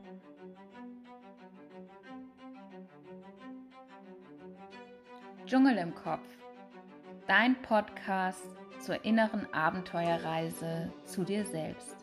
Dschungel im Kopf, dein Podcast zur inneren Abenteuerreise zu dir selbst.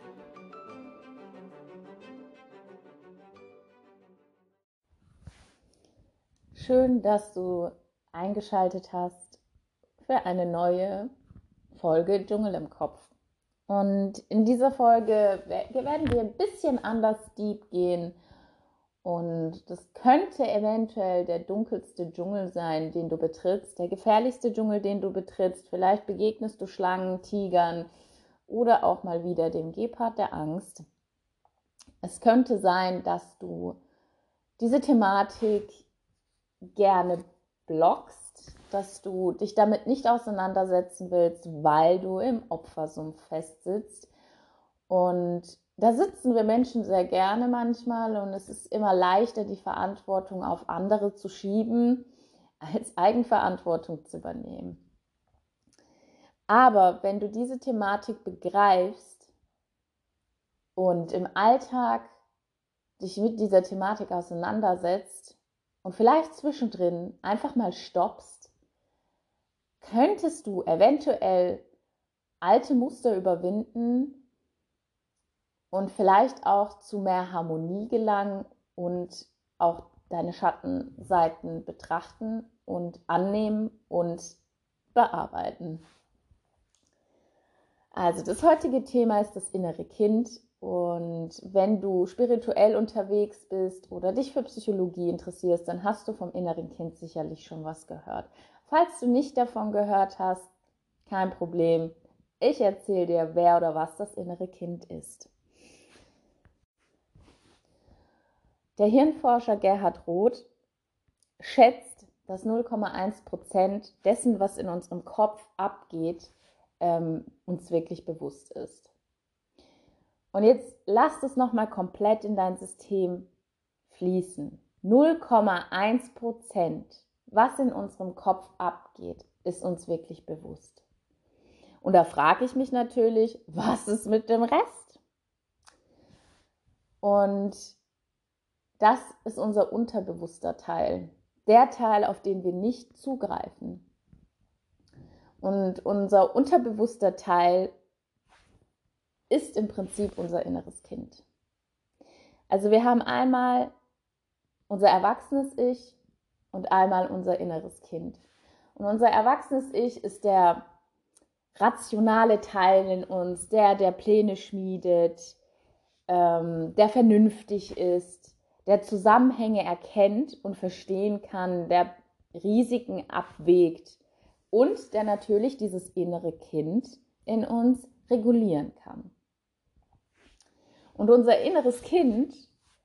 Schön, dass du eingeschaltet hast für eine neue Folge Dschungel im Kopf. Und in dieser Folge werden wir ein bisschen anders deep gehen. Und das könnte eventuell der dunkelste Dschungel sein, den du betrittst, der gefährlichste Dschungel, den du betrittst. Vielleicht begegnest du Schlangen, Tigern oder auch mal wieder dem Gepard der Angst. Es könnte sein, dass du diese Thematik gerne blockst, dass du dich damit nicht auseinandersetzen willst, weil du im Opfersumpf festsitzt. Und da sitzen wir Menschen sehr gerne manchmal und es ist immer leichter, die Verantwortung auf andere zu schieben, als Eigenverantwortung zu übernehmen. Aber wenn du diese Thematik begreifst und im Alltag dich mit dieser Thematik auseinandersetzt und vielleicht zwischendrin einfach mal stoppst, könntest du eventuell alte Muster überwinden und vielleicht auch zu mehr Harmonie gelangen und auch deine Schattenseiten betrachten und annehmen und bearbeiten. Also das heutige Thema ist das innere Kind. Und wenn du spirituell unterwegs bist oder dich für Psychologie interessierst, dann hast du vom inneren Kind sicherlich schon was gehört. Falls du nicht davon gehört hast, kein Problem. Ich erzähle dir, wer oder was das innere Kind ist. Der Hirnforscher Gerhard Roth schätzt, dass 0,1% dessen, was in unserem Kopf abgeht, uns wirklich bewusst ist. Und jetzt lass es nochmal komplett in dein System fließen. 0,1%, was in unserem Kopf abgeht, ist uns wirklich bewusst. Und da frage ich mich natürlich, was ist mit dem Rest? Und das ist unser unterbewusster Teil, der Teil, auf den wir nicht zugreifen. Und unser unterbewusster Teil ist im Prinzip unser inneres Kind. Also wir haben einmal unser erwachsenes Ich und einmal unser inneres Kind. Und unser erwachsenes Ich ist der rationale Teil in uns, der Pläne schmiedet, der vernünftig ist, der Zusammenhänge erkennt und verstehen kann, der Risiken abwägt und der natürlich dieses innere Kind in uns regulieren kann. Und unser inneres Kind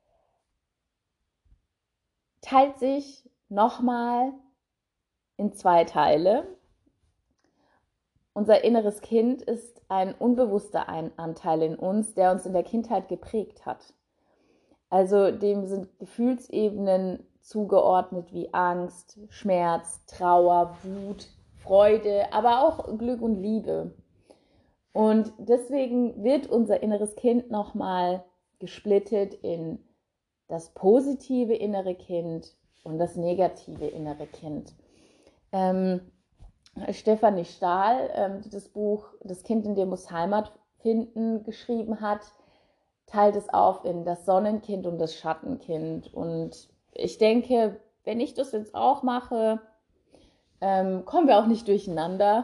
teilt sich nochmal in zwei Teile. Unser inneres Kind ist ein unbewusster Anteil in uns, der uns in der Kindheit geprägt hat. Also dem sind Gefühlsebenen zugeordnet wie Angst, Schmerz, Trauer, Wut, Freude, aber auch Glück und Liebe. Und deswegen wird unser inneres Kind nochmal gesplittet in das positive innere Kind und das negative innere Kind. Stefanie Stahl, die das Buch Das Kind in dir muss Heimat finden geschrieben hat, teilt es auf in das Sonnenkind und das Schattenkind. Und ich denke, wenn ich das jetzt auch mache, kommen wir auch nicht durcheinander.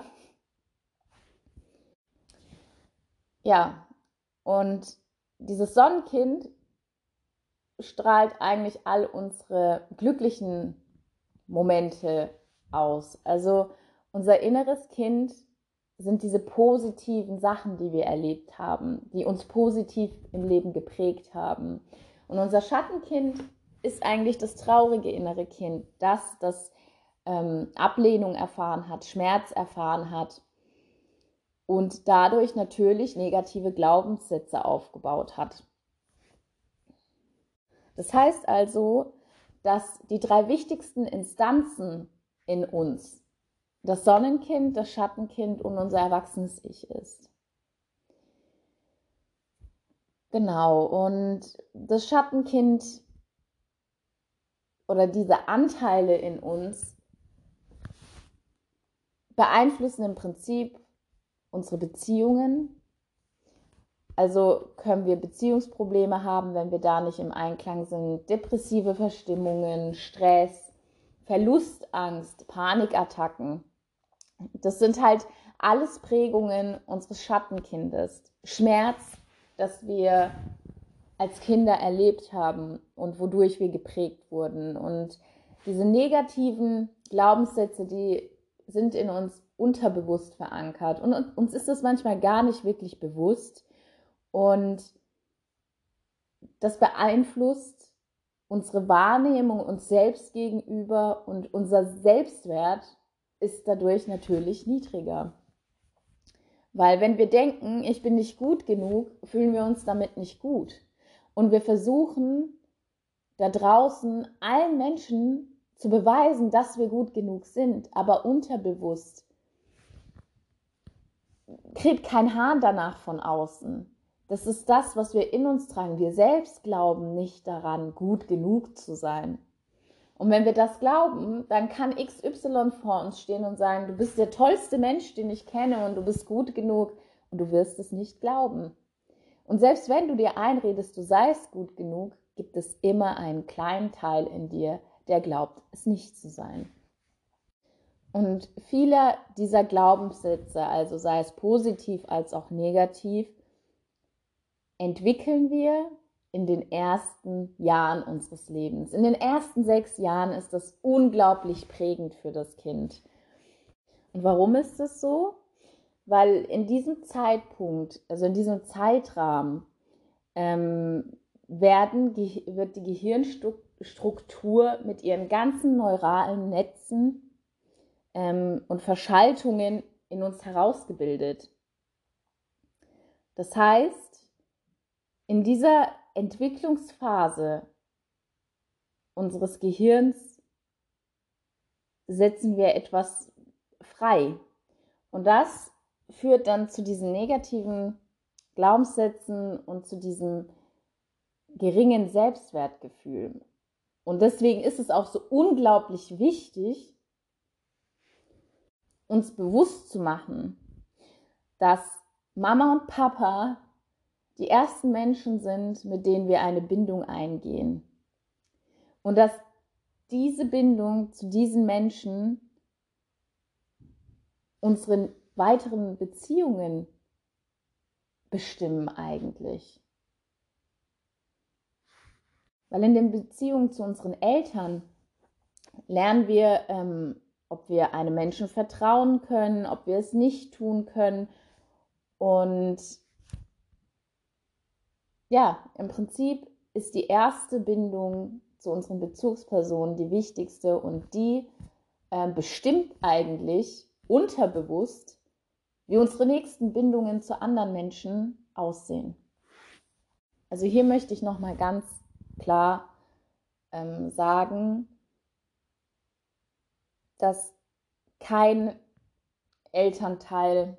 Ja, und dieses Sonnenkind strahlt eigentlich all unsere glücklichen Momente aus. Also unser inneres Kind sind diese positiven Sachen, die wir erlebt haben, die uns positiv im Leben geprägt haben. Und unser Schattenkind ist eigentlich das traurige innere Kind, das Ablehnung erfahren hat, Schmerz erfahren hat und dadurch natürlich negative Glaubenssätze aufgebaut hat. Das heißt also, dass die drei wichtigsten Instanzen in uns das Sonnenkind, das Schattenkind und unser erwachsenes Ich ist. Genau, und das Schattenkind oder diese Anteile in uns beeinflussen im Prinzip unsere Beziehungen. Also können wir Beziehungsprobleme haben, wenn wir da nicht im Einklang sind, depressive Verstimmungen, Stress, Verlustangst, Panikattacken. Das sind halt alles Prägungen unseres Schattenkindes. Schmerz, das wir als Kinder erlebt haben und wodurch wir geprägt wurden. Und diese negativen Glaubenssätze, die sind in uns unterbewusst verankert. Und uns ist das manchmal gar nicht wirklich bewusst. Und das beeinflusst unsere Wahrnehmung uns selbst gegenüber und unser Selbstwert ist dadurch natürlich niedriger. Weil wenn wir denken, ich bin nicht gut genug, fühlen wir uns damit nicht gut. Und wir versuchen da draußen allen Menschen zu beweisen, dass wir gut genug sind, aber unterbewusst kriegt kein Hahn danach von außen. Das ist das, was wir in uns tragen. Wir selbst glauben nicht daran, gut genug zu sein. Und wenn wir das glauben, dann kann XY vor uns stehen und sagen, du bist der tollste Mensch, den ich kenne und du bist gut genug und du wirst es nicht glauben. Und selbst wenn du dir einredest, du seist gut genug, gibt es immer einen kleinen Teil in dir, der glaubt, es nicht zu sein. Und viele dieser Glaubenssätze, also sei es positiv als auch negativ, entwickeln wir in den ersten Jahren unseres Lebens. In den ersten 6 Jahren ist das unglaublich prägend für das Kind. Und warum ist das so? Weil in diesem Zeitpunkt, also in diesem Zeitrahmen, wird die Gehirnstruktur mit ihren ganzen neuralen Netzen und Verschaltungen in uns herausgebildet. Das heißt, in dieser Entwicklungsphase unseres Gehirns setzen wir etwas frei. Und das führt dann zu diesen negativen Glaubenssätzen und zu diesem geringen Selbstwertgefühl. Und deswegen ist es auch so unglaublich wichtig, uns bewusst zu machen, dass Mama und Papa die ersten Menschen sind, mit denen wir eine Bindung eingehen. Und dass diese Bindung zu diesen Menschen unsere weiteren Beziehungen bestimmen eigentlich. Weil in den Beziehungen zu unseren Eltern lernen wir, ob wir einem Menschen vertrauen können, ob wir es nicht tun können. Und ja, im Prinzip ist die erste Bindung zu unseren Bezugspersonen die wichtigste und die bestimmt eigentlich unterbewusst, wie unsere nächsten Bindungen zu anderen Menschen aussehen. Also hier möchte ich nochmal ganz klar sagen, dass kein Elternteil,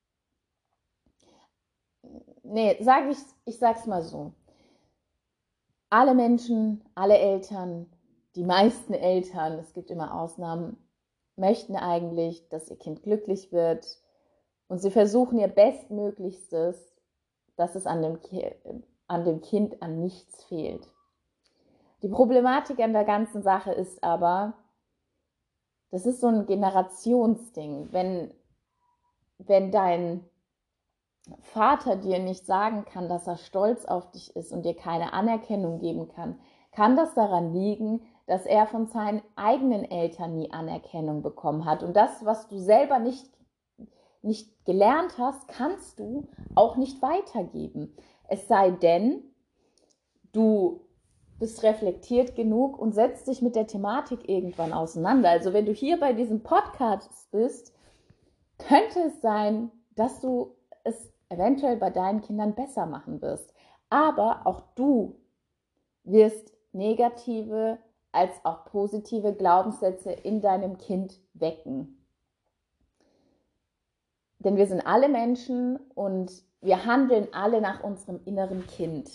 ich sag's mal so, alle Menschen, alle Eltern, die meisten Eltern, es gibt immer Ausnahmen, möchten eigentlich, dass ihr Kind glücklich wird und sie versuchen ihr Bestmöglichstes, dass es an dem Kind an nichts fehlt. Die Problematik an der ganzen Sache ist aber, das ist so ein Generationsding. Wenn dein Vater dir nicht sagen kann, dass er stolz auf dich ist und dir keine Anerkennung geben kann, kann das daran liegen, dass er von seinen eigenen Eltern nie Anerkennung bekommen hat. Und das, was du selber nicht gelernt hast, kannst du auch nicht weitergeben. Es sei denn, du bist reflektiert genug und setzt dich mit der Thematik irgendwann auseinander. Also wenn du hier bei diesem Podcast bist, könnte es sein, dass du es eventuell bei deinen Kindern besser machen wirst. Aber auch du wirst negative als auch positive Glaubenssätze in deinem Kind wecken. Denn wir sind alle Menschen und wir handeln alle nach unserem inneren Kind.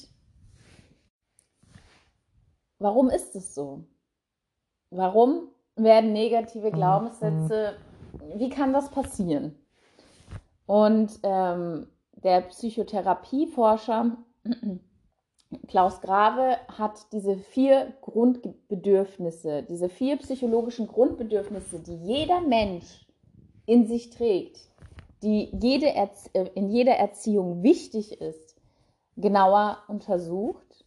Warum ist es so? Warum werden negative Glaubenssätze, wie kann das passieren? Und der Psychotherapieforscher Klaus Grave hat diese 4 Grundbedürfnisse, diese 4 psychologischen Grundbedürfnisse, die jeder Mensch in sich trägt, die in jeder Erziehung wichtig ist, genauer untersucht.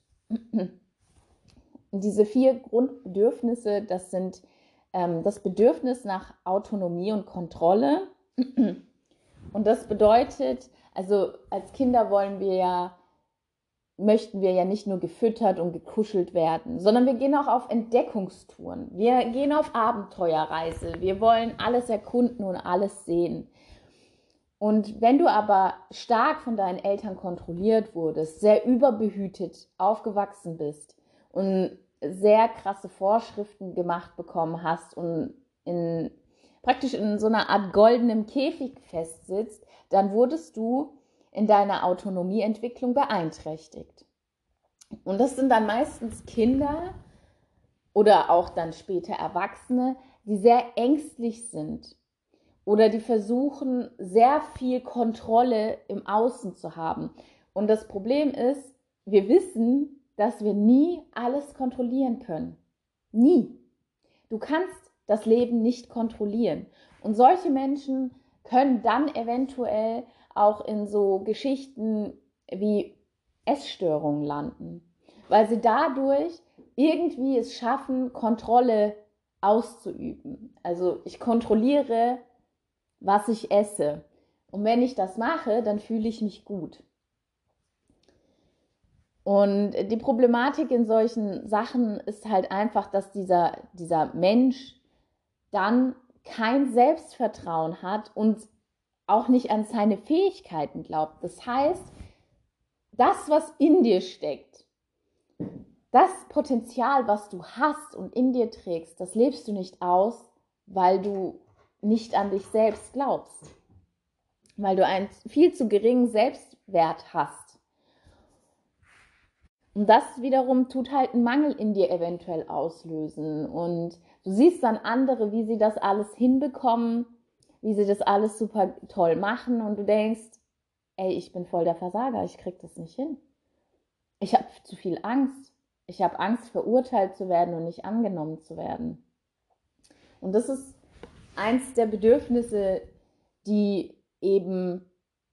Diese 4 Grundbedürfnisse, das sind das Bedürfnis nach Autonomie und Kontrolle. Und das bedeutet, also als Kinder möchten wir ja nicht nur gefüttert und gekuschelt werden, sondern wir gehen auch auf Entdeckungstouren. Wir gehen auf Abenteuerreise. Wir wollen alles erkunden und alles sehen. Und wenn du aber stark von deinen Eltern kontrolliert wurdest, sehr überbehütet aufgewachsen bist und sehr krasse Vorschriften gemacht bekommen hast und praktisch in so einer Art goldenem Käfig festsitzt, dann wurdest du in deiner Autonomieentwicklung beeinträchtigt. Und das sind dann meistens Kinder oder auch dann später Erwachsene, die sehr ängstlich sind oder die versuchen, sehr viel Kontrolle im Außen zu haben. Und das Problem ist, wir wissen, dass wir nie alles kontrollieren können. Nie. Du kannst das Leben nicht kontrollieren. Und solche Menschen können dann eventuell auch in so Geschichten wie Essstörungen landen, weil sie dadurch irgendwie es schaffen, Kontrolle auszuüben. Also ich kontrolliere, was ich esse. Und wenn ich das mache, dann fühle ich mich gut. Und die Problematik in solchen Sachen ist halt einfach, dass dieser Mensch dann kein Selbstvertrauen hat und auch nicht an seine Fähigkeiten glaubt. Das heißt, das, was in dir steckt, das Potenzial, was du hast und in dir trägst, das lebst du nicht aus, weil du nicht an dich selbst glaubst, weil du einen viel zu geringen Selbstwert hast. Und das wiederum tut halt einen Mangel in dir eventuell auslösen. Und du siehst dann andere, wie sie das alles hinbekommen, wie sie das alles super toll machen und du denkst, ey, ich bin voll der Versager, ich krieg das nicht hin. Ich habe zu viel Angst. Ich habe Angst, verurteilt zu werden und nicht angenommen zu werden. Und das ist eins der Bedürfnisse, die eben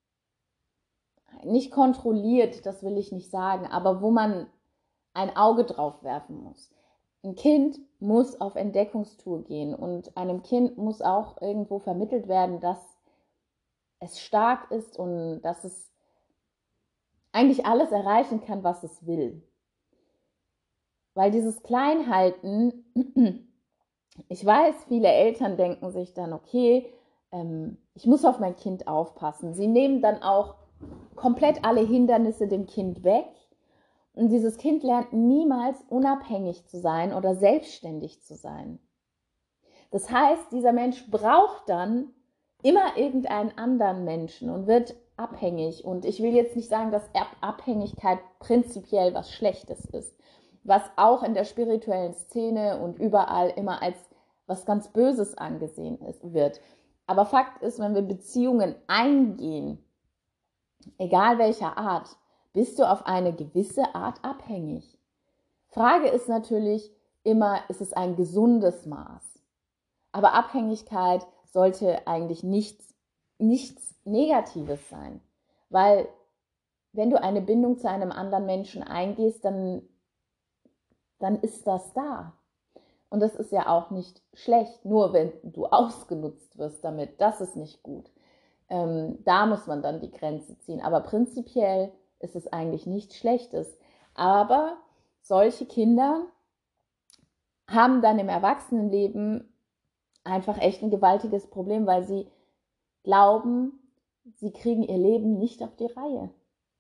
nicht kontrolliert, das will ich nicht sagen, aber wo man ein Auge drauf werfen muss. Ein Kind muss auf Entdeckungstour gehen und einem Kind muss auch irgendwo vermittelt werden, dass es stark ist und dass es eigentlich alles erreichen kann, was es will. Weil dieses Kleinhalten, ich weiß, viele Eltern denken sich dann, okay, ich muss auf mein Kind aufpassen. Sie nehmen dann auch komplett alle Hindernisse dem Kind weg. Und dieses Kind lernt niemals unabhängig zu sein oder selbstständig zu sein. Das heißt, dieser Mensch braucht dann immer irgendeinen anderen Menschen und wird abhängig. Und ich will jetzt nicht sagen, dass Abhängigkeit prinzipiell was Schlechtes ist, was auch in der spirituellen Szene und überall immer als was ganz Böses angesehen wird. Aber Fakt ist, wenn wir Beziehungen eingehen, egal welcher Art, bist du auf eine gewisse Art abhängig. Frage ist natürlich immer, ist es ein gesundes Maß? Aber Abhängigkeit sollte eigentlich nichts Negatives sein. Weil wenn du eine Bindung zu einem anderen Menschen eingehst, dann ist das da. Und das ist ja auch nicht schlecht, nur wenn du ausgenutzt wirst damit, das ist nicht gut. Da muss man dann die Grenze ziehen. Aber prinzipiell ist es eigentlich nichts Schlechtes. Aber solche Kinder haben dann im Erwachsenenleben einfach echt ein gewaltiges Problem, weil sie glauben, sie kriegen ihr Leben nicht auf die Reihe.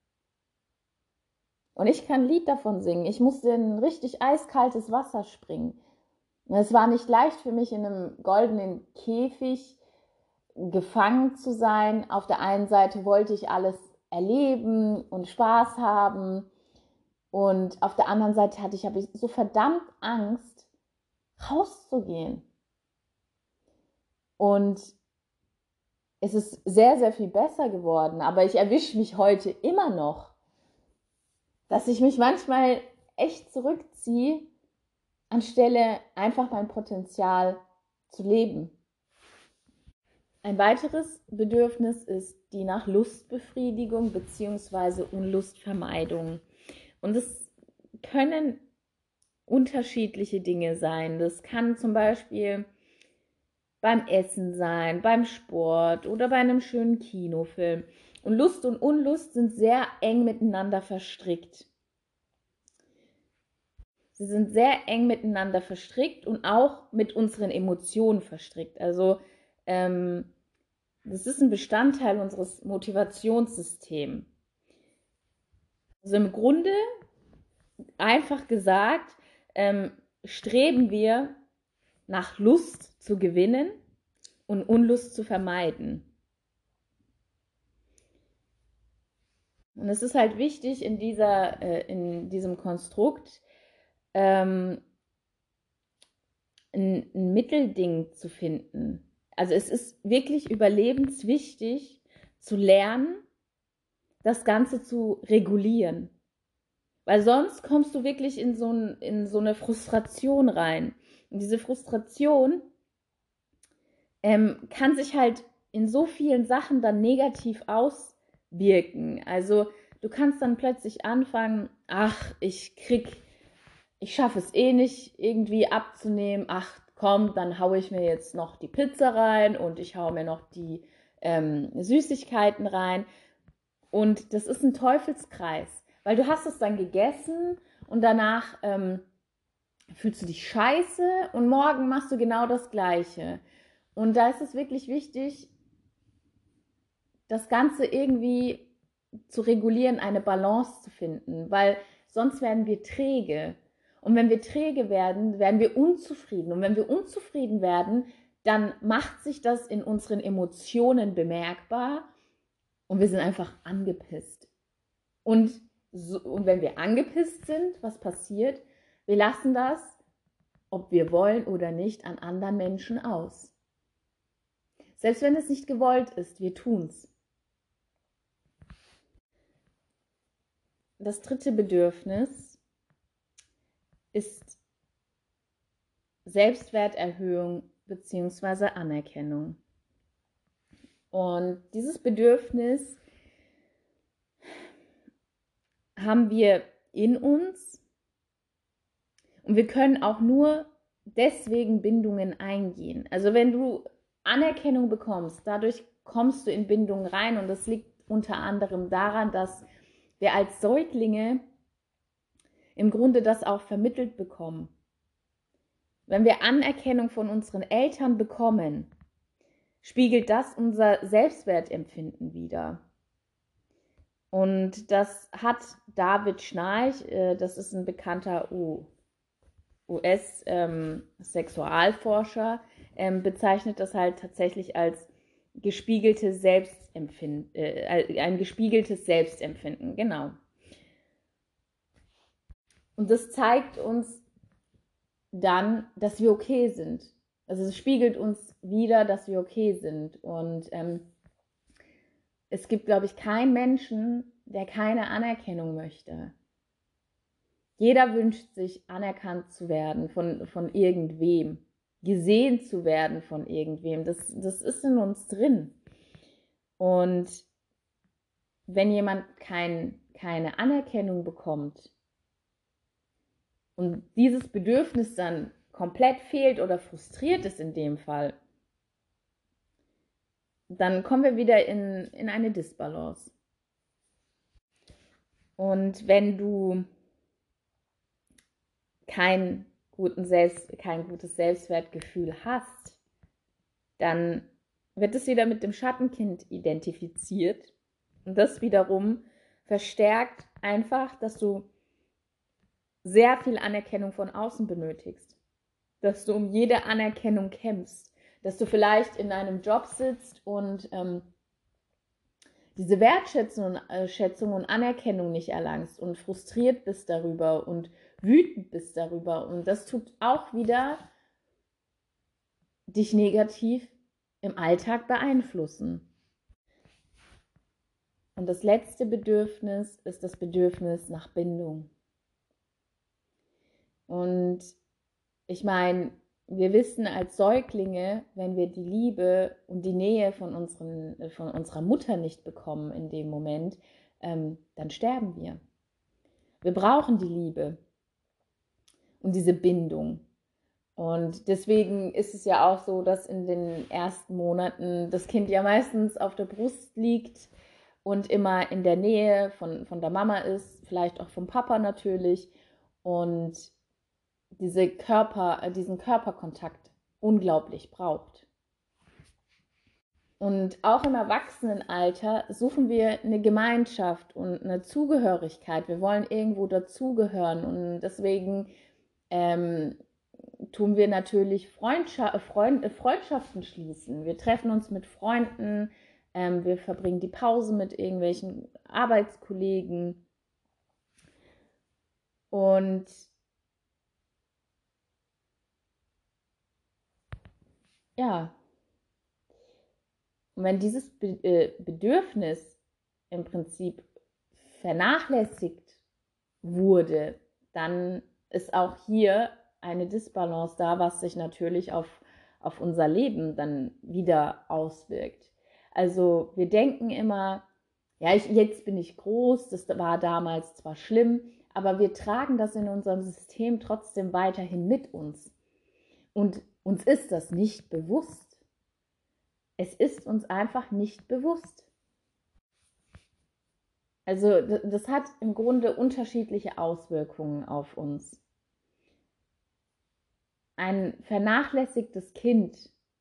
Und ich kann ein Lied davon singen. Ich musste in richtig eiskaltes Wasser springen. Und es war nicht leicht für mich, in einem goldenen Käfig gefangen zu sein. Auf der einen Seite wollte ich alles erleben und Spaß haben. Und auf der anderen Seite habe ich so verdammt Angst, rauszugehen. Und es ist sehr, sehr viel besser geworden, aber ich erwische mich heute immer noch, dass ich mich manchmal echt zurückziehe, anstelle einfach mein Potenzial zu leben. Ein weiteres Bedürfnis ist die nach Lustbefriedigung bzw. Unlustvermeidung. Und es können unterschiedliche Dinge sein. Das kann zum Beispiel beim Essen sein, beim Sport oder bei einem schönen Kinofilm. Und Lust und Unlust sind sehr eng miteinander verstrickt. Sie sind sehr eng miteinander verstrickt und auch mit unseren Emotionen verstrickt. Also das ist ein Bestandteil unseres Motivationssystems. Also im Grunde, einfach gesagt, streben wir nach Lust zu gewinnen und Unlust zu vermeiden. Und es ist halt wichtig in diesem Konstrukt ein Mittelding zu finden. Also es ist wirklich überlebenswichtig zu lernen, das Ganze zu regulieren. Weil sonst kommst du wirklich in so eine Frustration rein. Und diese Frustration kann sich halt in so vielen Sachen dann negativ auswirken. Also du kannst dann plötzlich anfangen, ach, ich schaffe es eh nicht irgendwie abzunehmen, ach komm, dann haue ich mir jetzt noch die Pizza rein und ich haue mir noch die Süßigkeiten rein. Und das ist ein Teufelskreis, weil du hast es dann gegessen und danach fühlst du dich scheiße und morgen machst du genau das Gleiche. Und da ist es wirklich wichtig, das Ganze irgendwie zu regulieren, eine Balance zu finden, weil sonst werden wir träge. Und wenn wir träge werden, werden wir unzufrieden. Und wenn wir unzufrieden werden, dann macht sich das in unseren Emotionen bemerkbar und wir sind einfach angepisst. Und wenn wir angepisst sind, was passiert? Wir lassen das, ob wir wollen oder nicht, an anderen Menschen aus. Selbst wenn es nicht gewollt ist, wir tun's. Das dritte Bedürfnis ist Selbstwerterhöhung bzw. Anerkennung. Und dieses Bedürfnis haben wir in uns und wir können auch nur deswegen Bindungen eingehen. Also wenn du Anerkennung bekommst, dadurch kommst du in Bindungen rein und das liegt unter anderem daran, dass wir als Säuglinge im Grunde das auch vermittelt bekommen. Wenn wir Anerkennung von unseren Eltern bekommen, spiegelt das unser Selbstwertempfinden wider. Und das hat David Schnarch, das ist ein bekannter US-Sexualforscher, bezeichnet das halt tatsächlich als gespiegeltes Selbstempfinden, ein gespiegeltes Selbstempfinden, genau. Und das zeigt uns dann, dass wir okay sind. Also es spiegelt uns wider, dass wir okay sind. Und es gibt, glaube ich, keinen Menschen, der keine Anerkennung möchte. Jeder wünscht sich, anerkannt zu werden von irgendwem, gesehen zu werden von irgendwem. Das ist in uns drin. Und wenn jemand keine Anerkennung bekommt und dieses Bedürfnis dann komplett fehlt oder frustriert ist in dem Fall, dann kommen wir wieder in eine Disbalance. Und wenn du kein gutes Selbstwertgefühl hast, dann wird es wieder mit dem Schattenkind identifiziert. Und das wiederum verstärkt einfach, dass du sehr viel Anerkennung von außen benötigst. Dass du um jede Anerkennung kämpfst. Dass du vielleicht in einem Job sitzt und diese Wertschätzung und Anerkennung nicht erlangst und frustriert bist darüber und wütend bist darüber. Und das tut auch wieder dich negativ im Alltag beeinflussen. Und das letzte Bedürfnis ist das Bedürfnis nach Bindung. Und ich meine, wir wissen als Säuglinge, wenn wir die Liebe und die Nähe von unserer Mutter nicht bekommen in dem Moment, dann sterben wir. Wir brauchen die Liebe und diese Bindung. Und deswegen ist es ja auch so, dass in den ersten Monaten das Kind ja meistens auf der Brust liegt und immer in der Nähe von der Mama ist, vielleicht auch vom Papa natürlich. Und diesen Körperkontakt unglaublich braucht. Und auch im Erwachsenenalter suchen wir eine Gemeinschaft und eine Zugehörigkeit. Wir wollen irgendwo dazugehören und deswegen tun wir natürlich Freundschaften schließen. Wir treffen uns mit Freunden, wir verbringen die Pause mit irgendwelchen Arbeitskollegen und ja, und wenn dieses Bedürfnis im Prinzip vernachlässigt wurde, dann ist auch hier eine Disbalance da, was sich natürlich auf unser Leben dann wieder auswirkt. Also wir denken immer, ja, jetzt bin ich groß, das war damals zwar schlimm, aber wir tragen das in unserem System trotzdem weiterhin mit uns. Und uns ist das nicht bewusst. Es ist uns einfach nicht bewusst. Also das hat im Grunde unterschiedliche Auswirkungen auf uns. Ein vernachlässigtes Kind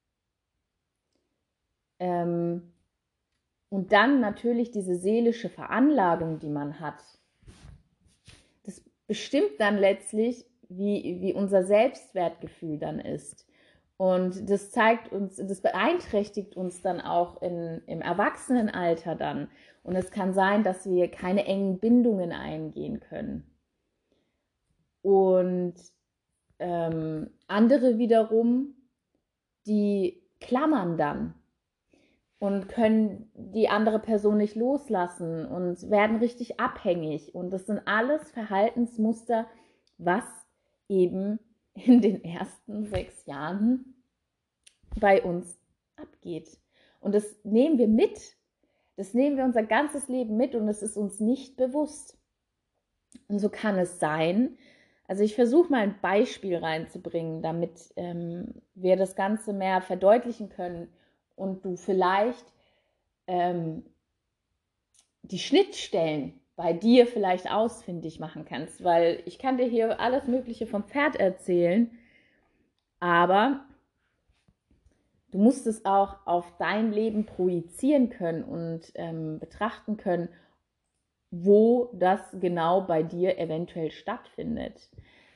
und dann natürlich diese seelische Veranlagung, die man hat, das bestimmt dann letztlich, wie unser Selbstwertgefühl dann ist. Und das beeinträchtigt uns dann auch im Erwachsenenalter dann. Und es kann sein, dass wir keine engen Bindungen eingehen können. Und andere wiederum, die klammern dann und können die andere Person nicht loslassen und werden richtig abhängig. Und das sind alles Verhaltensmuster, was eben in den ersten 6 Jahren bei uns abgeht. Und das nehmen wir mit. Das nehmen wir unser ganzes Leben mit und es ist uns nicht bewusst. Und so kann es sein, also ich versuche mal ein Beispiel reinzubringen, damit wir das Ganze mehr verdeutlichen können und du vielleicht die Schnittstellen bei dir vielleicht ausfindig machen kannst, weil ich kann dir hier alles Mögliche vom Pferd erzählen, aber du musst es auch auf dein Leben projizieren können und betrachten können, wo das genau bei dir eventuell stattfindet.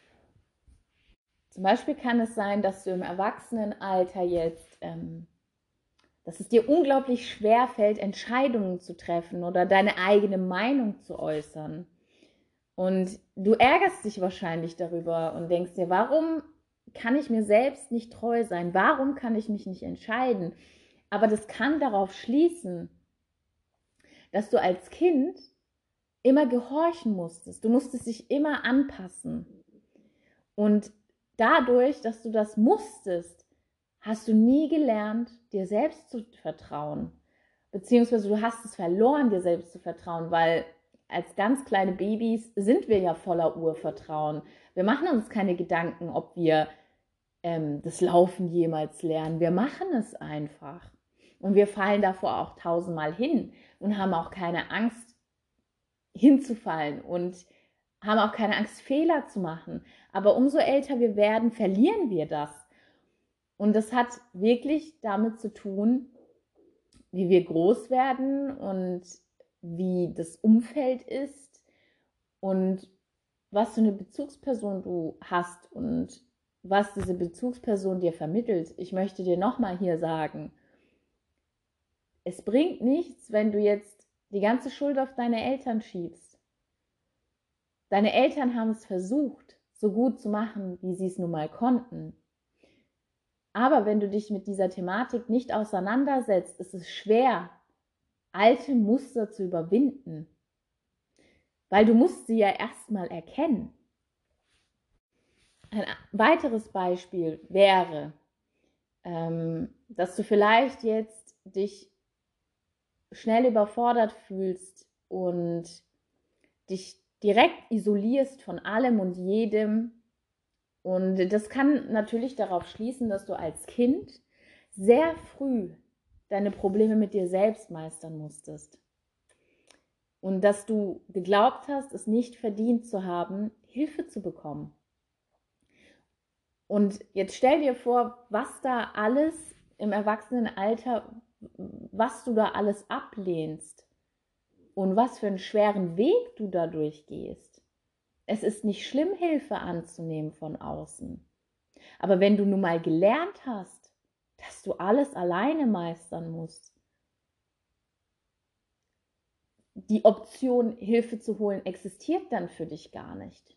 Zum Beispiel kann es sein, dass du im Erwachsenenalter jetzt, dass es dir unglaublich schwer fällt, Entscheidungen zu treffen oder deine eigene Meinung zu äußern. Und du ärgerst dich wahrscheinlich darüber und denkst dir, warum kann ich mir selbst nicht treu sein? Warum kann ich mich nicht entscheiden? Aber das kann darauf schließen, dass du als Kind immer gehorchen musstest. Du musstest dich immer anpassen. Und dadurch, dass du das musstest, hast du nie gelernt, dir selbst zu vertrauen. Beziehungsweise du hast es verloren, dir selbst zu vertrauen, weil als ganz kleine Babys sind wir ja voller Urvertrauen. Wir machen uns keine Gedanken, ob wir das Laufen jemals lernen. Wir machen es einfach. Und wir fallen davor auch 1000-mal hin und haben auch keine Angst hinzufallen und haben auch keine Angst, Fehler zu machen. Aber umso älter wir werden, verlieren wir das. Und das hat wirklich damit zu tun, wie wir groß werden und wie das Umfeld ist und was für eine Bezugsperson du hast und was diese Bezugsperson dir vermittelt. Ich möchte dir nochmal hier sagen, es bringt nichts, wenn du jetzt die ganze Schuld auf deine Eltern schiebst. Deine Eltern haben es versucht, so gut zu machen, wie sie es nun mal konnten. Aber wenn du dich mit dieser Thematik nicht auseinandersetzt, ist es schwer, alte Muster zu überwinden. Weil du musst sie ja erstmal erkennen. Ein weiteres Beispiel wäre, dass du vielleicht jetzt dich schnell überfordert fühlst und dich direkt isolierst von allem und jedem. Und das kann natürlich darauf schließen, dass du als Kind sehr früh deine Probleme mit dir selbst meistern musstest. Und dass du geglaubt hast, es nicht verdient zu haben, Hilfe zu bekommen. Und jetzt stell dir vor, was da alles im Erwachsenenalter, was du da alles ablehnst und was für einen schweren Weg du dadurch gehst. Es ist nicht schlimm, Hilfe anzunehmen von außen. Aber wenn du nun mal gelernt hast, dass du alles alleine meistern musst, die Option, Hilfe zu holen, existiert dann für dich gar nicht.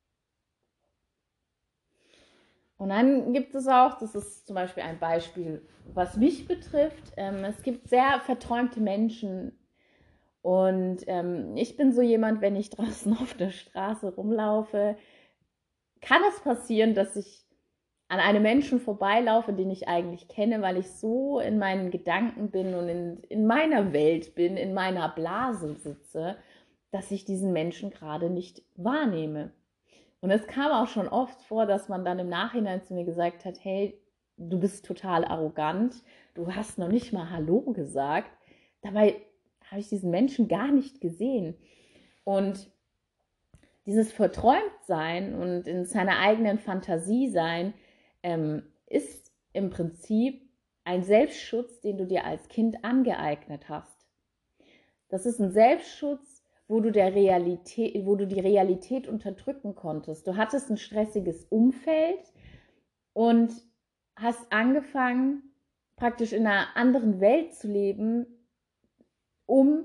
Und dann gibt es auch, das ist zum Beispiel ein Beispiel, was mich betrifft, es gibt sehr verträumte Menschen. Und ich bin so jemand, wenn ich draußen auf der Straße rumlaufe, kann es passieren, dass ich an einem Menschen vorbeilaufe, den ich eigentlich kenne, weil ich so in meinen Gedanken bin und in meiner Welt bin, in meiner Blase sitze, dass ich diesen Menschen gerade nicht wahrnehme. Und es kam auch schon oft vor, dass man dann im Nachhinein zu mir gesagt hat, hey, du bist total arrogant, du hast noch nicht mal Hallo gesagt. Dabei habe ich diesen Menschen gar nicht gesehen. Und dieses Verträumtsein und in seiner eigenen Fantasie sein, ist im Prinzip ein Selbstschutz, den du dir als Kind angeeignet hast. Das ist ein Selbstschutz, wo du die Realität unterdrücken konntest. Du hattest ein stressiges Umfeld und hast angefangen, praktisch in einer anderen Welt zu leben, um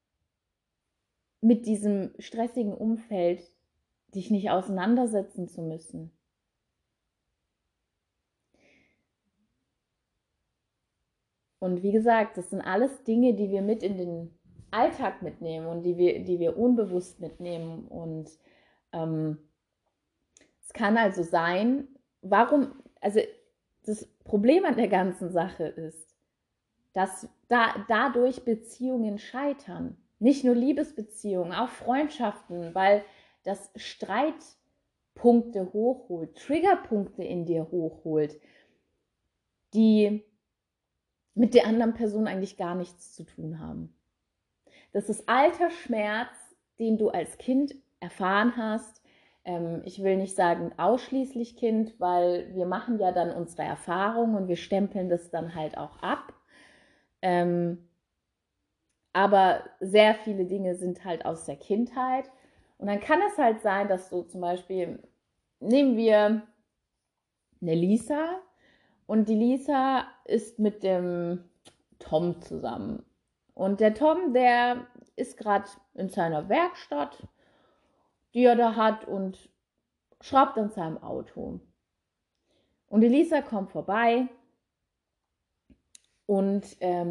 mit diesem stressigen Umfeld dich nicht auseinandersetzen zu müssen. Und wie gesagt, das sind alles Dinge, die wir mit in den Alltag mitnehmen und die wir unbewusst mitnehmen. Und es kann also sein, also das Problem an der ganzen Sache ist, dass dadurch Beziehungen scheitern. Nicht nur Liebesbeziehungen, auch Freundschaften, weil das Streitpunkte hochholt, Triggerpunkte in dir hochholt, die mit der anderen Person eigentlich gar nichts zu tun haben. Das ist alter Schmerz, den du als Kind erfahren hast. Ich will nicht sagen ausschließlich Kind, weil wir machen ja dann unsere Erfahrungen und wir stempeln das dann halt auch ab. Aber sehr viele Dinge sind halt aus der Kindheit. Und dann kann es halt sein, dass du zum Beispiel, nehmen wir eine Lisa, und die Lisa ist mit dem Tom zusammen. Und der Tom, der ist gerade in seiner Werkstatt, die er da hat, und schraubt an seinem Auto. Und die Lisa kommt vorbei und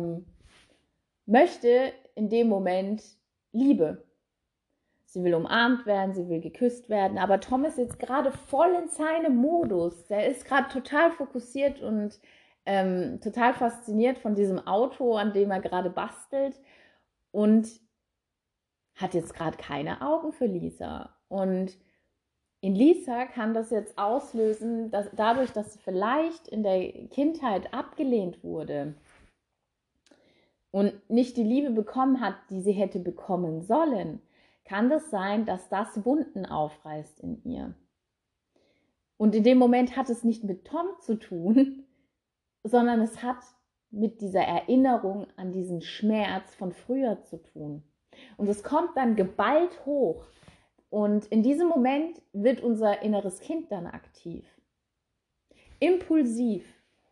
möchte in dem Moment Liebe. Sie will umarmt werden, sie will geküsst werden, aber Tom ist jetzt gerade voll in seinem Modus. Der ist gerade total fokussiert und total fasziniert von diesem Auto, an dem er gerade bastelt, und hat jetzt gerade keine Augen für Lisa. Und in Lisa kann das jetzt auslösen, dass dadurch, dass sie vielleicht in der Kindheit abgelehnt wurde und nicht die Liebe bekommen hat, die sie hätte bekommen sollen, kann das sein, dass das Wunden aufreißt in ihr. Und in dem Moment hat es nicht mit Tom zu tun, sondern es hat mit dieser Erinnerung an diesen Schmerz von früher zu tun. Und es kommt dann geballt hoch. Und in diesem Moment wird unser inneres Kind dann aktiv. Impulsiv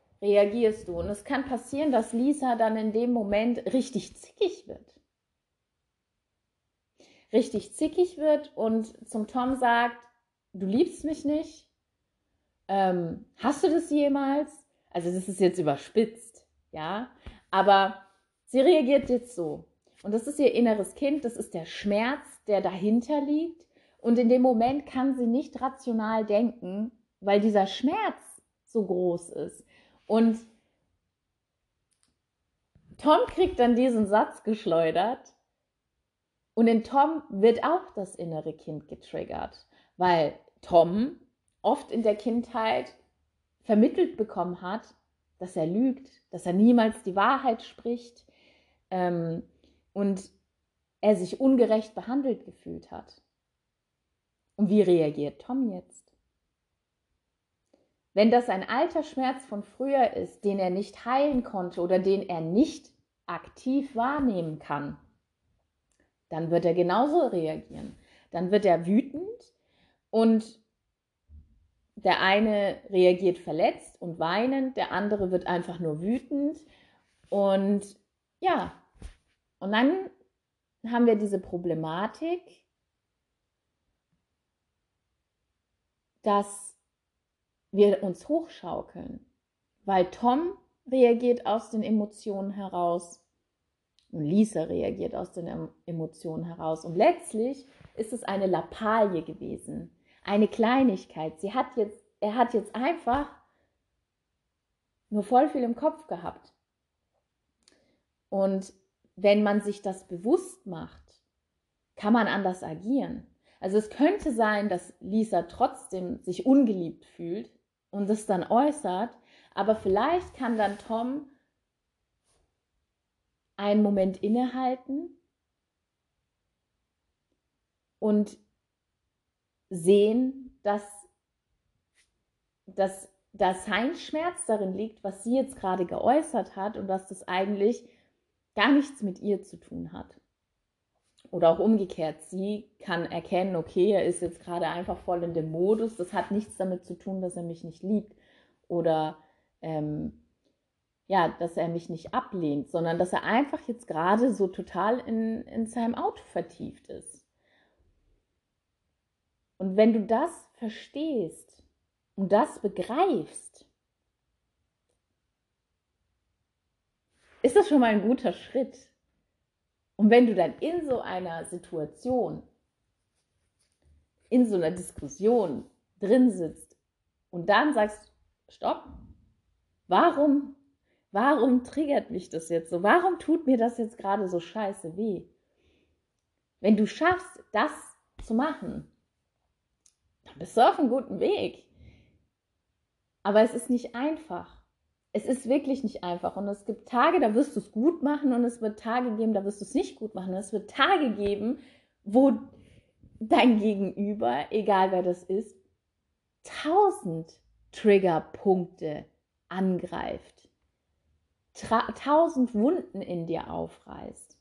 reagierst du. Und es kann passieren, dass Lisa dann in dem Moment richtig zickig wird. richtig zickig wird und zum Tom sagt, du liebst mich nicht, hast du das jemals? Also das ist jetzt überspitzt, ja, aber sie reagiert jetzt so. Und das ist ihr inneres Kind, das ist der Schmerz, der dahinter liegt. Und in dem Moment kann sie nicht rational denken, weil dieser Schmerz so groß ist. Und Tom kriegt dann diesen Satz geschleudert und in Tom wird auch das innere Kind getriggert, weil Tom oft in der Kindheit vermittelt bekommen hat, dass er lügt, dass er niemals die Wahrheit spricht und er sich ungerecht behandelt gefühlt hat. Und wie reagiert Tom jetzt? Wenn das ein alter Schmerz von früher ist, den er nicht heilen konnte oder den er nicht aktiv wahrnehmen kann, dann wird er genauso reagieren. Dann wird er wütend und der eine reagiert verletzt und weinend, der andere wird einfach nur wütend. Und ja, und dann haben wir diese Problematik, dass wir uns hochschaukeln, weil Tom reagiert aus den Emotionen heraus und Lisa reagiert aus den Emotionen heraus. Und letztlich ist es eine Lappalie gewesen, eine Kleinigkeit. Er hat jetzt einfach nur voll viel im Kopf gehabt. Und wenn man sich das bewusst macht, kann man anders agieren. Also es könnte sein, dass Lisa trotzdem sich ungeliebt fühlt und es dann äußert, aber vielleicht kann dann Tom einen Moment innehalten und sehen, dass sein Schmerz darin liegt, was sie jetzt gerade geäußert hat und dass das eigentlich gar nichts mit ihr zu tun hat. Oder auch umgekehrt, sie kann erkennen, okay, er ist jetzt gerade einfach voll in dem Modus, das hat nichts damit zu tun, dass er mich nicht liebt oder dass er mich nicht ablehnt, sondern dass er einfach jetzt gerade so total in seinem Auto vertieft ist. Und wenn du das verstehst und das begreifst, ist das schon mal ein guter Schritt. Und wenn du dann in so einer Situation, in so einer Diskussion drin sitzt und dann sagst, stopp, warum triggert mich das jetzt so? Warum tut mir das jetzt gerade so scheiße weh? Wenn du schaffst, das zu machen, dann bist du auf einem guten Weg. Aber es ist nicht einfach. Es ist wirklich nicht einfach. Und es gibt Tage, da wirst du es gut machen und es wird Tage geben, da wirst du es nicht gut machen. Es wird Tage geben, wo dein Gegenüber, egal wer das ist, 1000 Triggerpunkte angreift. 1000 Wunden in dir aufreißt.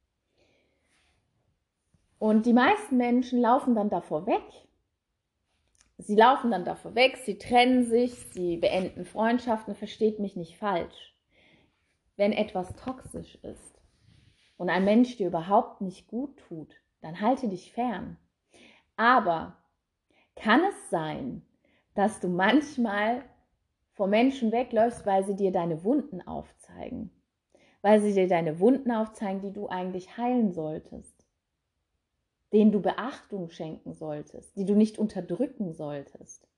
Und die meisten Menschen laufen dann davor weg. Sie laufen dann davor weg, sie trennen sich, sie beenden Freundschaften, versteht mich nicht falsch. Wenn etwas toxisch ist und ein Mensch dir überhaupt nicht gut tut, dann halte dich fern. Aber kann es sein, dass du manchmal vor Menschen wegläufst, weil sie dir deine Wunden aufzeigen? Weil sie dir deine Wunden aufzeigen, die du eigentlich heilen solltest, denen du Beachtung schenken solltest, die du nicht unterdrücken solltest.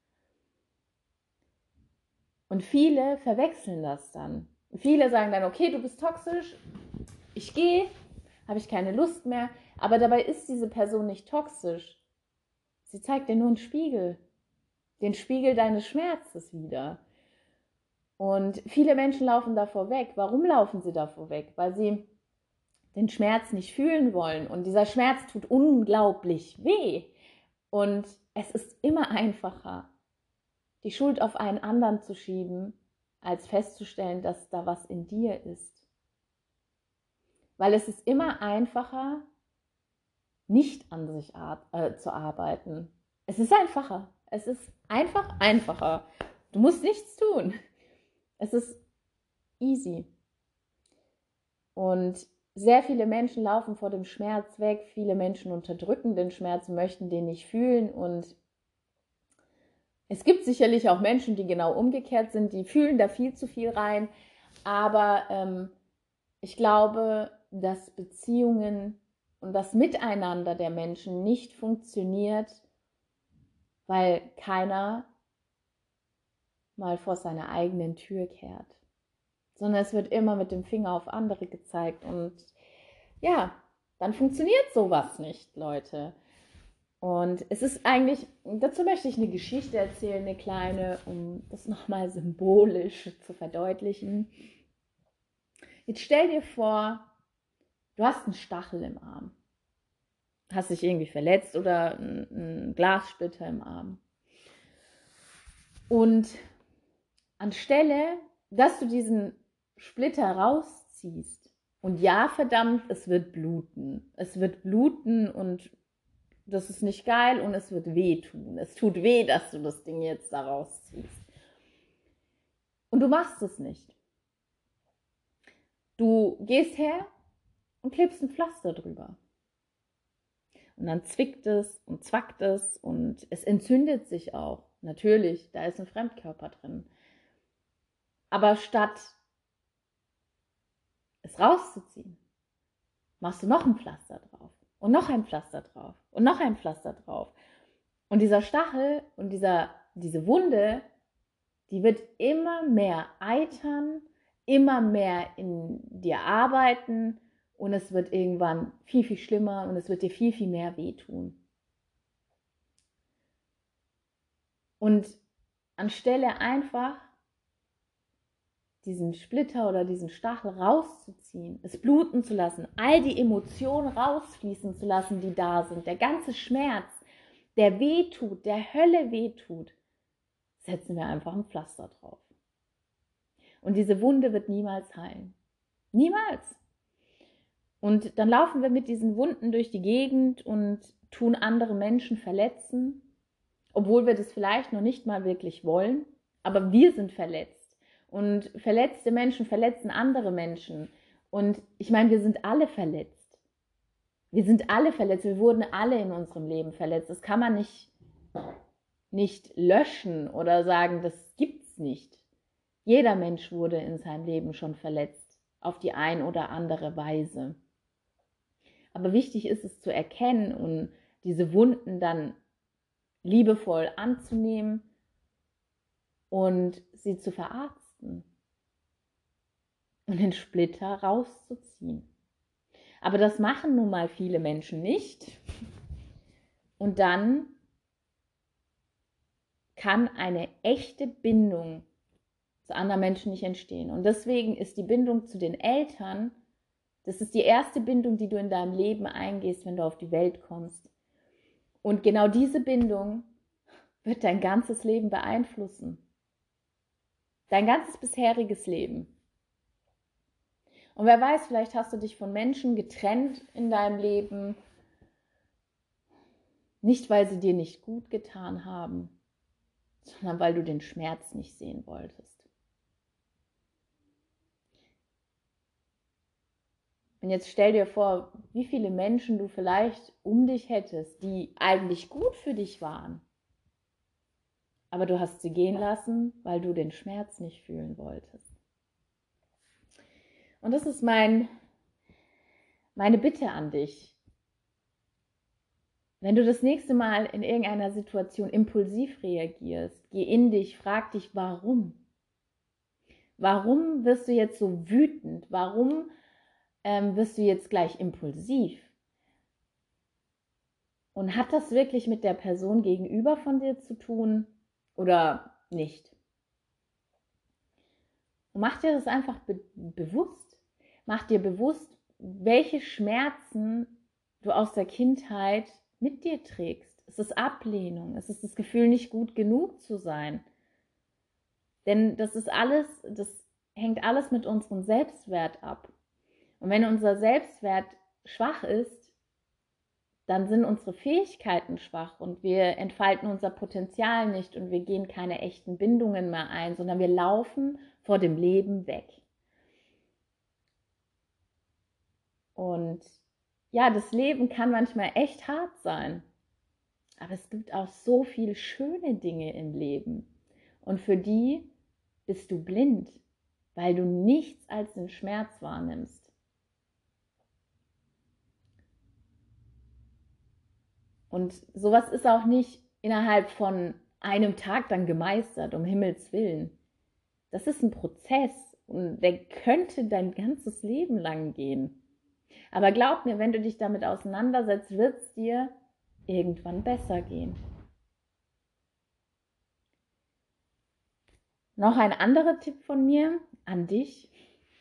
Und viele verwechseln das dann. Viele sagen dann, okay, du bist toxisch, ich gehe, habe ich keine Lust mehr. Aber dabei ist diese Person nicht toxisch. Sie zeigt dir nur einen Spiegel, den Spiegel deines Schmerzes wieder. Und viele Menschen laufen davor weg. Warum laufen sie davor weg? Weil sie den Schmerz nicht fühlen wollen. Und dieser Schmerz tut unglaublich weh. Und es ist immer einfacher, die Schuld auf einen anderen zu schieben, als festzustellen, dass da was in dir ist. Weil es ist immer einfacher, nicht an sich zu arbeiten. Es ist einfacher. Es ist einfach einfacher. Du musst nichts tun. Es ist easy. Und sehr viele Menschen laufen vor dem Schmerz weg, viele Menschen unterdrücken den Schmerz, möchten den nicht fühlen und es gibt sicherlich auch Menschen, die genau umgekehrt sind, die fühlen da viel zu viel rein, aber ich glaube, dass Beziehungen und das Miteinander der Menschen nicht funktioniert, weil keiner mal vor seiner eigenen Tür kehrt, sondern es wird immer mit dem Finger auf andere gezeigt und ja, dann funktioniert sowas nicht, Leute. Und es ist eigentlich, dazu möchte ich eine Geschichte erzählen, eine kleine, um das nochmal symbolisch zu verdeutlichen. Jetzt stell dir vor, du hast einen Stachel im Arm, hast dich irgendwie verletzt oder einen Glassplitter im Arm. Und anstelle, dass du diesen Splitter rausziehst, und ja, verdammt, es wird bluten und das ist nicht geil und es wird wehtun. Es tut weh, dass du das Ding jetzt da rausziehst. Und du machst es nicht. Du gehst her und klebst ein Pflaster drüber. Und dann zwickt es und zwackt es und es entzündet sich auch. Natürlich, da ist ein Fremdkörper drin. Aber statt es rauszuziehen, machst du noch ein Pflaster drauf und noch ein Pflaster drauf und noch ein Pflaster drauf. Und dieser Stachel und diese Wunde, die wird immer mehr eitern, immer mehr in dir arbeiten und es wird irgendwann viel, viel schlimmer und es wird dir viel, viel mehr wehtun. Und anstelle einfach diesen Splitter oder diesen Stachel rauszuziehen, es bluten zu lassen, all die Emotionen rausfließen zu lassen, die da sind, der ganze Schmerz, der wehtut, der Hölle wehtut, setzen wir einfach ein Pflaster drauf. Und diese Wunde wird niemals heilen. Niemals. Und dann laufen wir mit diesen Wunden durch die Gegend und tun andere Menschen verletzen, obwohl wir das vielleicht noch nicht mal wirklich wollen, aber wir sind verletzt. Und verletzte Menschen verletzen andere Menschen. Und ich meine, wir sind alle verletzt. Wir sind alle verletzt. Wir wurden alle in unserem Leben verletzt. Das kann man nicht löschen oder sagen, das gibt's nicht. Jeder Mensch wurde in seinem Leben schon verletzt, auf die ein oder andere Weise. Aber wichtig ist es zu erkennen und diese Wunden dann liebevoll anzunehmen und sie zu verarzten und den Splitter rauszuziehen. Aber das machen nun mal viele Menschen nicht. Und dann kann eine echte Bindung zu anderen Menschen nicht entstehen. Und deswegen ist die Bindung zu den Eltern, das ist die erste Bindung, die du in deinem Leben eingehst, wenn du auf die Welt kommst. Und genau diese Bindung wird dein ganzes Leben beeinflussen. Dein ganzes bisheriges Leben. Und wer weiß, vielleicht hast du dich von Menschen getrennt in deinem Leben, nicht weil sie dir nicht gut getan haben, sondern weil du den Schmerz nicht sehen wolltest. Und jetzt stell dir vor, wie viele Menschen du vielleicht um dich hättest, die eigentlich gut für dich waren. Aber du hast sie gehen lassen, weil du den Schmerz nicht fühlen wolltest. Und das ist meine Bitte an dich. Wenn du das nächste Mal in irgendeiner Situation impulsiv reagierst, geh in dich, frag dich, warum? Warum wirst du jetzt so wütend? Warum wirst du jetzt gleich impulsiv? Und hat das wirklich mit der Person gegenüber von dir zu tun oder nicht? Und mach dir das einfach bewusst. Mach dir bewusst, welche Schmerzen du aus der Kindheit mit dir trägst. Es ist Ablehnung, es ist das Gefühl, nicht gut genug zu sein. Denn das hängt alles mit unserem Selbstwert ab. Und wenn unser Selbstwert schwach ist, dann sind unsere Fähigkeiten schwach und wir entfalten unser Potenzial nicht und wir gehen keine echten Bindungen mehr ein, sondern wir laufen vor dem Leben weg. Und ja, das Leben kann manchmal echt hart sein. Aber es gibt auch so viele schöne Dinge im Leben. Und für die bist du blind, weil du nichts als den Schmerz wahrnimmst. Und sowas ist auch nicht innerhalb von einem Tag dann gemeistert, um Himmels Willen. Das ist ein Prozess und der könnte dein ganzes Leben lang gehen. Aber glaub mir, wenn du dich damit auseinandersetzt, wird es dir irgendwann besser gehen. Noch ein anderer Tipp von mir an dich.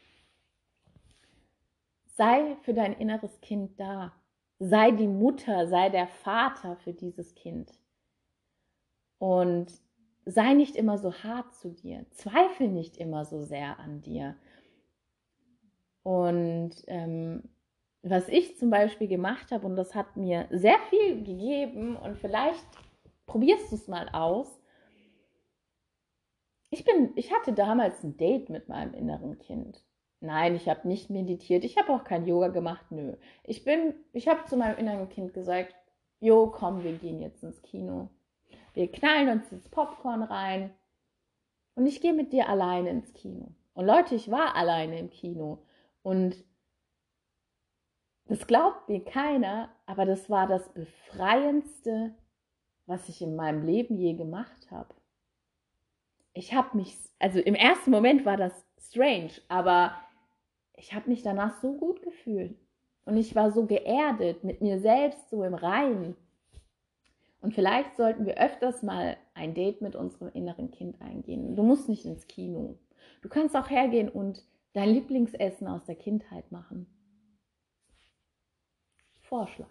Sei für dein inneres Kind da. Sei die Mutter, sei der Vater für dieses Kind. Und sei nicht immer so hart zu dir. Zweifle nicht immer so sehr an dir. Und was ich zum Beispiel gemacht habe, und das hat mir sehr viel gegeben, und vielleicht probierst du es mal aus. Ich hatte damals ein Date mit meinem inneren Kind. Nein, ich habe nicht meditiert, ich habe auch kein Yoga gemacht, nö. Ich habe zu meinem inneren Kind gesagt, jo, komm, wir gehen jetzt ins Kino. Wir knallen uns jetzt Popcorn rein und ich gehe mit dir alleine ins Kino. Und Leute, ich war alleine im Kino und das glaubt mir keiner, aber das war das Befreiendste, was ich in meinem Leben je gemacht habe. Ich habe mich, also im ersten Moment war das strange, aber ich habe mich danach so gut gefühlt. Und ich war so geerdet, mit mir selbst so im Reinen. Und vielleicht sollten wir öfters mal ein Date mit unserem inneren Kind eingehen. Du musst nicht ins Kino. Du kannst auch hergehen und dein Lieblingsessen aus der Kindheit machen. Vorschlag.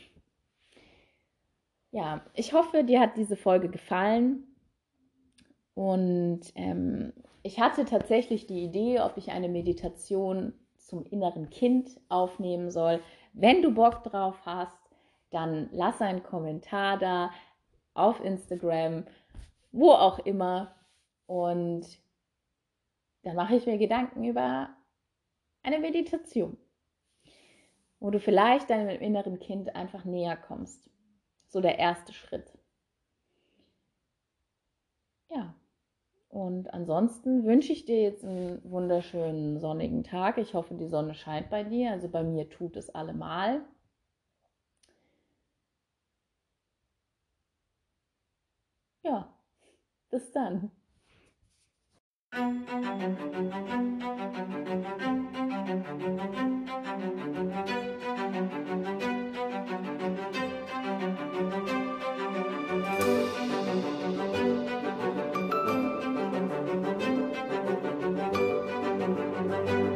Ja, ich hoffe, dir hat diese Folge gefallen. Und ich hatte tatsächlich die Idee, ob ich eine Meditation zum inneren Kind aufnehmen soll. Wenn du Bock drauf hast, dann lass einen Kommentar da auf Instagram, wo auch immer. Und dann mache ich mir Gedanken über eine Meditation, wo du vielleicht deinem inneren Kind einfach näher kommst. So der erste Schritt. Ja. Und ansonsten wünsche ich dir jetzt einen wunderschönen sonnigen Tag. Ich hoffe, die Sonne scheint bei dir. Also bei mir tut es allemal. Ja, bis dann.